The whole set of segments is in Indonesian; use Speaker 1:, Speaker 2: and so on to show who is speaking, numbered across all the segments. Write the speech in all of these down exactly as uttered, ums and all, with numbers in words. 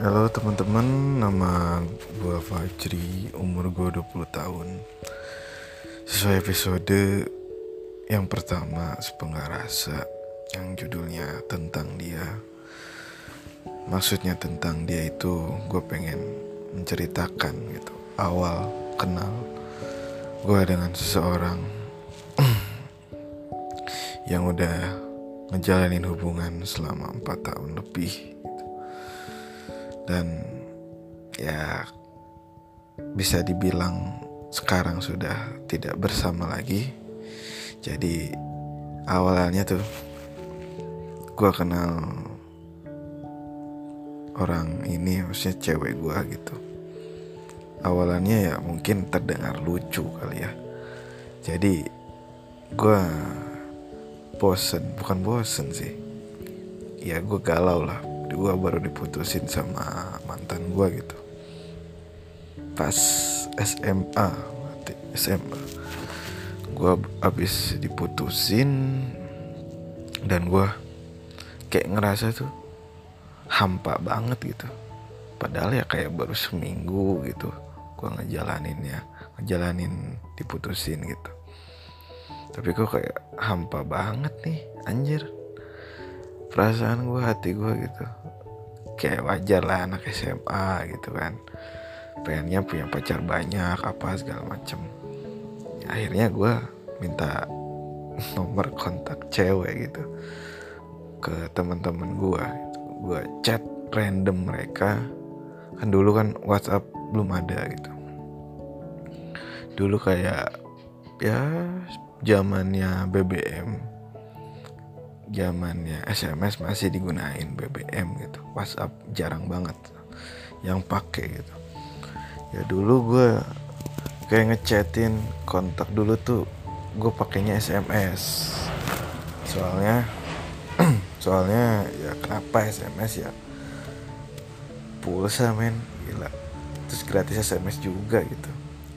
Speaker 1: Halo teman-teman, nama gue Fajri, umur gue dua puluh tahun. Sesuai episode yang pertama Sepenggal Rasa, yang judulnya tentang dia. Maksudnya tentang dia itu gue pengen menceritakan gitu, awal kenal gue dengan seseorang yang udah ngejalanin hubungan selama empat tahun lebih gitu. Dan ya bisa dibilang sekarang sudah tidak bersama lagi. Jadi awalnya tuh gue kenal orang ini, maksudnya cewek gue gitu. Awalannya ya mungkin terdengar lucu kali ya. Jadi gue bosen, bukan bosen sih, ya gue galau lah. Gue baru diputusin sama mantan gue gitu pas S M A. S M A gue abis diputusin dan gue kayak ngerasa tuh hampa banget gitu, padahal ya kayak baru seminggu gitu gue ngejalaninnya ngejalanin diputusin gitu. Tapi kok kayak hampa banget nih anjir perasaan gue, hati gue gitu. Kayak wajar lah anak S M A gitu kan, pengennya punya pacar banyak apa segala macem. Ya, akhirnya gue minta nomor kontak cewek gitu ke teman-teman gue gitu. Gue chat random mereka, kan dulu kan WhatsApp belum ada gitu. Dulu kayak ya zamannya B B M, zamannya S M S masih digunain B B M gitu. WhatsApp jarang banget yang pakai gitu. Ya dulu gue kayak ngechatin kontak dulu tuh gue pakainya S M S. Soalnya soalnya ya kenapa S M S ya, pulsa men, gila. Terus gratis S M S juga gitu,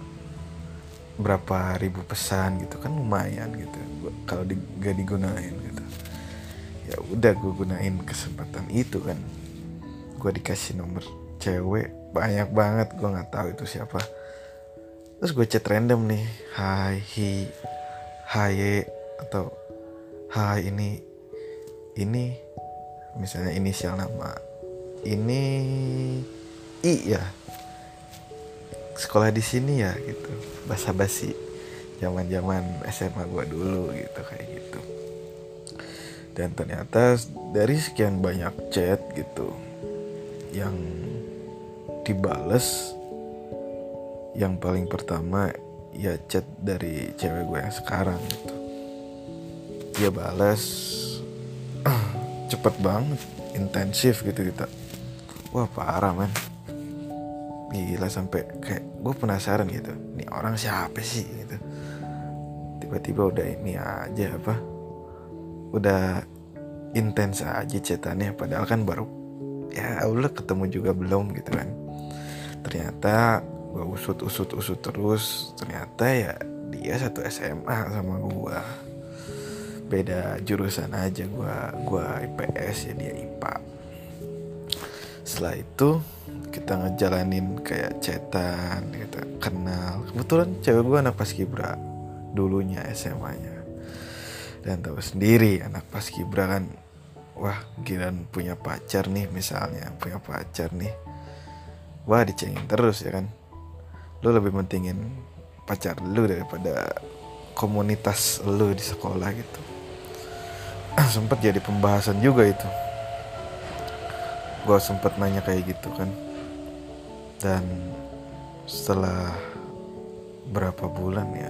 Speaker 1: berapa ribu pesan gitu kan lumayan gitu kalau di, gak digunain gitu. Ya udah gue gunain kesempatan itu kan, gue dikasih nomor cewek banyak banget, gue nggak tahu itu siapa. Terus gue chat random nih, hai hi hai atau hai ini ini misalnya inisial nama ini I ya, sekolah di sini ya gitu, basa-basi zaman-zaman S M A gue dulu gitu, kayak gitu. Dan ternyata dari sekian banyak chat gitu yang dibales, yang paling pertama ya chat dari cewek gue yang sekarang gitu. Dia balas cepet banget, intensif gitu kita. Wah parah man, gila, sampai kayak gue penasaran gitu, ini orang siapa sih gitu. Tiba-tiba udah ini aja apa, udah intens aja chatannya, padahal kan baru ya Allah ketemu juga belum gitu kan. Ternyata gue usut usut usut terus, ternyata ya dia satu S M A sama gue, beda jurusan aja. gue gue I P S ya, dia I P A. Setelah itu kita ngejalanin kayak chatan, kita kenal. Kebetulan cewek gue anak paskibra dulunya S M A-nya. Dan tahu sendiri anak paskibra kan, wah gila punya pacar nih, misalnya punya pacar nih, wah dicengin terus ya kan. Lu lebih mentingin pacar lu daripada komunitas lu di sekolah gitu. Sempet jadi pembahasan juga itu, gue sempet nanya kayak gitu kan. Dan setelah berapa bulan ya,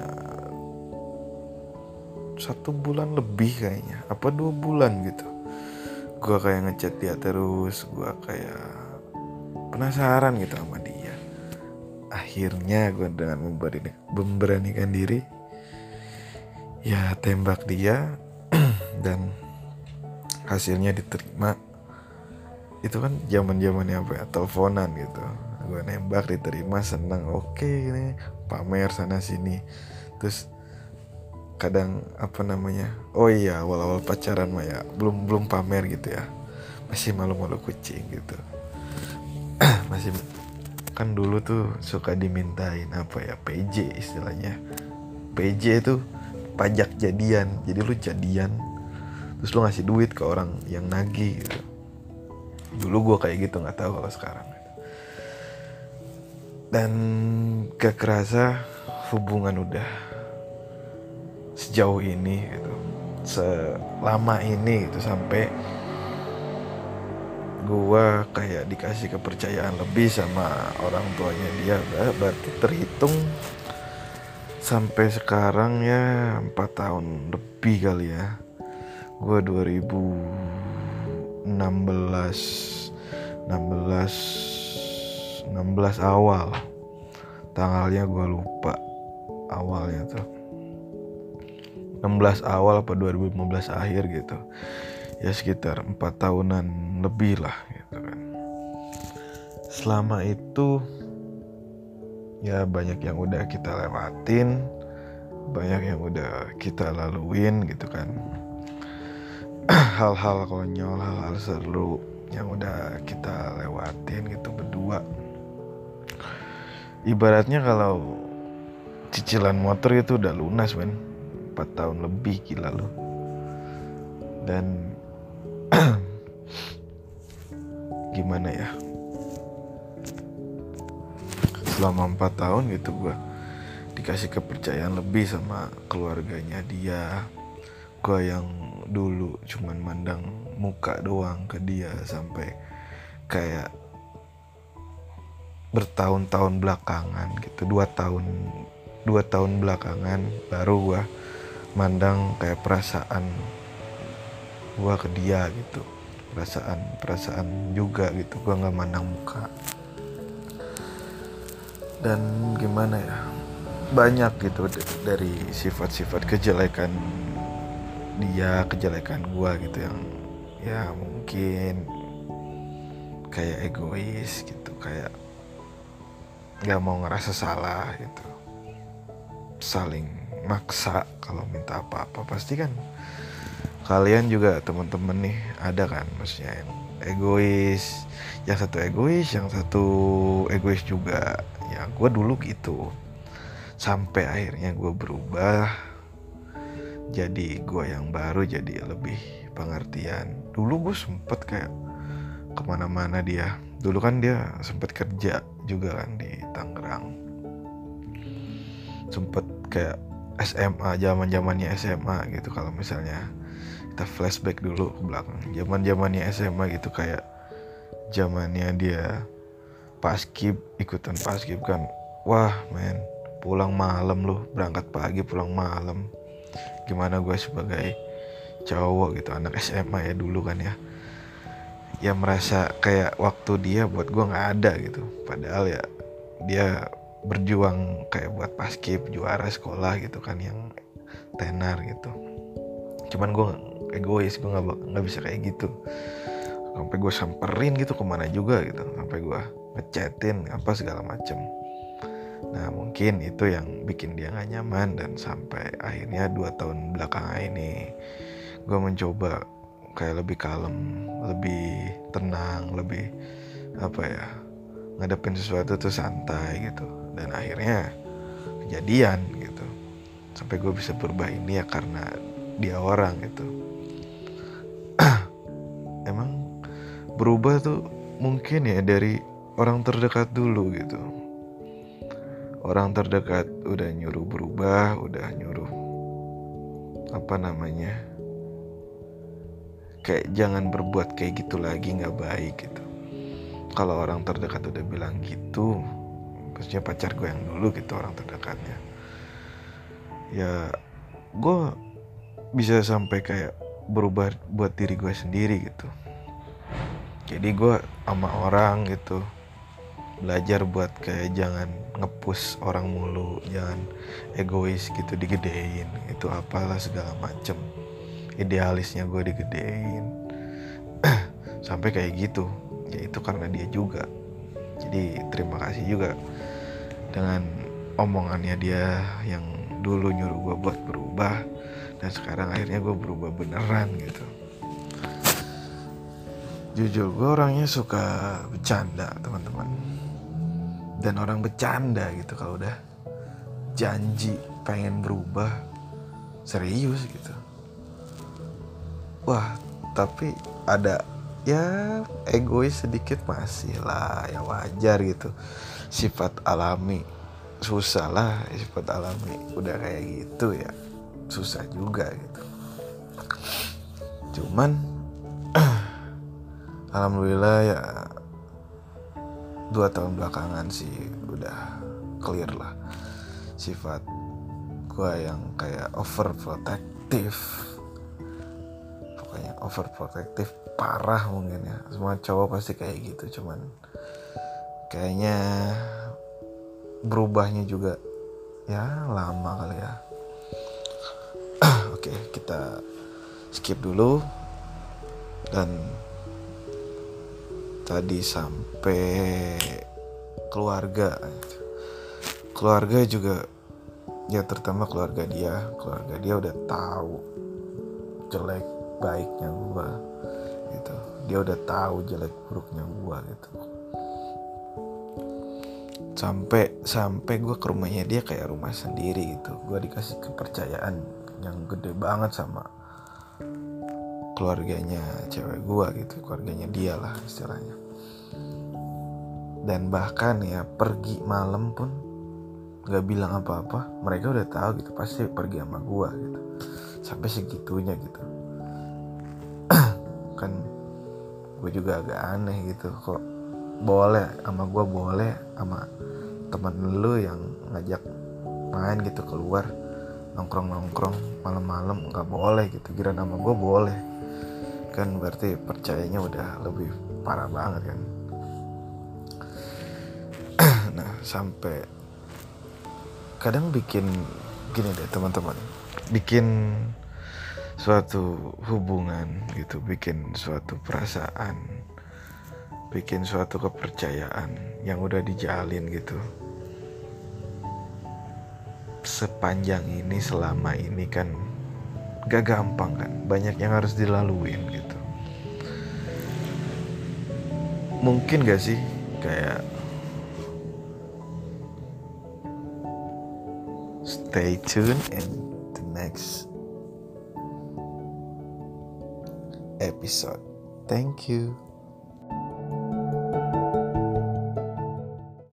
Speaker 1: satu bulan lebih kayaknya, apa dua bulan gitu, gue kayak ngechat dia terus, gue kayak penasaran gitu sama dia. Akhirnya gue dengan memberani, memberanikan diri ya tembak dia dan hasilnya diterima. Itu kan zaman zamannya apa ya, teleponan gitu. Gue nembak diterima, seneng, oke ini pamer sana sini. Terus kadang apa namanya, oh iya awal-awal pacaran mah ya belum belum pamer gitu ya, masih malu-malu kucing gitu. masih kan dulu tuh suka dimintain apa ya, P J istilahnya. P J itu pajak jadian, jadi lu jadian terus lu ngasih duit ke orang yang nagih gitu. Dulu gue kayak gitu, nggak tahu kalau sekarang. Dan gak kerasa hubungan udah sejauh ini gitu, selama ini gitu, sampai gue kayak dikasih kepercayaan lebih sama orang tuanya dia. Berarti terhitung sampai sekarang ya empat tahun lebih kali ya. Gue dua ribu enam belas enam belas awal, tanggalnya gue lupa awalnya tuh enam belas awal apa dua ribu lima belas akhir gitu ya, sekitar empat tahunan lebih lah gitu kan. Selama itu ya banyak yang udah kita lewatin, banyak yang udah kita laluin gitu kan. Hal-hal konyol, hal-hal seru yang udah kita lewatin gitu berdua. Ibaratnya kalau cicilan motor itu udah lunas men, empat tahun lebih, gila lu. Dan gimana ya, selama empat tahun gitu gue dikasih kepercayaan lebih sama keluarganya dia. Gue yang dulu cuman mandang muka doang ke dia, sampai kayak bertahun-tahun belakangan gitu, dua tahun dua tahun belakangan baru gue mandang kayak perasaan gue ke dia gitu, perasaan perasaan juga gitu. Gue nggak mandang muka. Dan gimana ya, banyak gitu dari sifat-sifat kejelekan dia, kejelekan gue gitu, yang ya mungkin kayak egois gitu, kayak gak mau ngerasa salah gitu, saling maksa kalau minta apa-apa. Pasti kan kalian juga teman-teman nih ada kan, maksudnya yang egois, yang satu egois, yang satu egois juga. Ya gue dulu gitu, sampai akhirnya gue berubah jadi gue yang baru, jadi lebih pengertian. Dulu gue sempet kayak kemana-mana dia. Dulu kan dia sempet kerja juga kan di Tangerang, sempet kayak S M A, zaman-zamannya S M A gitu. Kalau misalnya kita flashback dulu ke belakang, zaman-zamannya S M A gitu, kayak zamannya dia paskib, ikutan paskib kan. Wah men, pulang malam loh, berangkat pagi pulang malam. Gimana gue sebagai cowok gitu, anak S M A ya dulu kan ya, ya merasa kayak waktu dia buat gue nggak ada gitu. Padahal ya dia berjuang kayak buat paskib, juara sekolah gitu kan, yang tenar gitu. Cuman gue egois, gue nggak nggak bisa kayak gitu. Sampai gue samperin gitu kemana juga gitu, sampai gue ngechatin apa segala macem. Nah mungkin itu yang bikin dia gak nyaman. Dan sampai akhirnya dua tahun belakangan ini gue mencoba kayak lebih kalem, lebih tenang, lebih apa ya, ngadepin sesuatu tuh santai gitu. Dan akhirnya kejadian gitu, sampai gue bisa berubah ini ya karena dia orang gitu. Emang berubah tuh mungkin ya dari orang terdekat dulu gitu. Orang terdekat udah nyuruh berubah, udah nyuruh apa namanya, kayak jangan berbuat kayak gitu lagi, nggak baik gitu. Kalau orang terdekat udah bilang gitu, maksudnya pacar gue yang dulu gitu, orang terdekatnya, ya gue bisa sampai kayak berubah buat diri gue sendiri gitu. Jadi gue sama orang gitu belajar buat kayak jangan nge-push orang mulu, jangan egois gitu, digedein itu apalah segala macem, idealisnya gue digedein sampai kayak gitu. Ya itu karena dia juga. Jadi terima kasih juga dengan omongannya dia yang dulu nyuruh gue buat berubah, dan sekarang akhirnya gue berubah beneran gitu. Jujur gue orangnya suka bercanda teman-teman. Dan orang bercanda gitu kalau udah janji pengen berubah serius gitu. Wah tapi ada ya egois sedikit masih lah, ya wajar gitu. Sifat alami susah lah, sifat alami udah kayak gitu ya susah juga gitu. Cuman alhamdulillah ya dua tahun belakangan sih udah clear lah sifat gue yang kayak overprotective. Pokoknya overprotective parah mungkin ya. Semua cowok pasti kayak gitu, cuman kayaknya berubahnya juga ya lama kali ya. Oke, kita skip dulu. Dan tadi sampai keluarga. Keluarga juga ya, terutama keluarga dia. Keluarga dia udah tahu jelek baiknya gua gitu. Dia udah tahu jelek buruknya gua gitu. Sampai sampai gue ke rumahnya dia kayak rumah sendiri gitu. Gue dikasih kepercayaan yang gede banget sama keluarganya cewek gue gitu, keluarganya dia lah istilahnya. Dan bahkan ya pergi malam pun nggak bilang apa-apa, mereka udah tahu gitu pasti pergi sama gue gitu. Sampai segitunya gitu. Kan gue juga agak aneh gitu, kok boleh sama gue, boleh sama teman lu yang ngajak main gitu keluar nongkrong-nongkrong malam-malam nggak boleh gitu, kira nama gue boleh. Kan berarti percayanya udah lebih parah banget kan. Nah sampai kadang bikin gini deh teman-teman, bikin suatu hubungan gitu, bikin suatu perasaan, bikin suatu kepercayaan yang udah dijalin gitu sepanjang ini, selama ini kan gak gampang kan, banyak yang harus dilaluin gitu. Mungkin gak sih kayak stay tuned in the next episode. Thank you.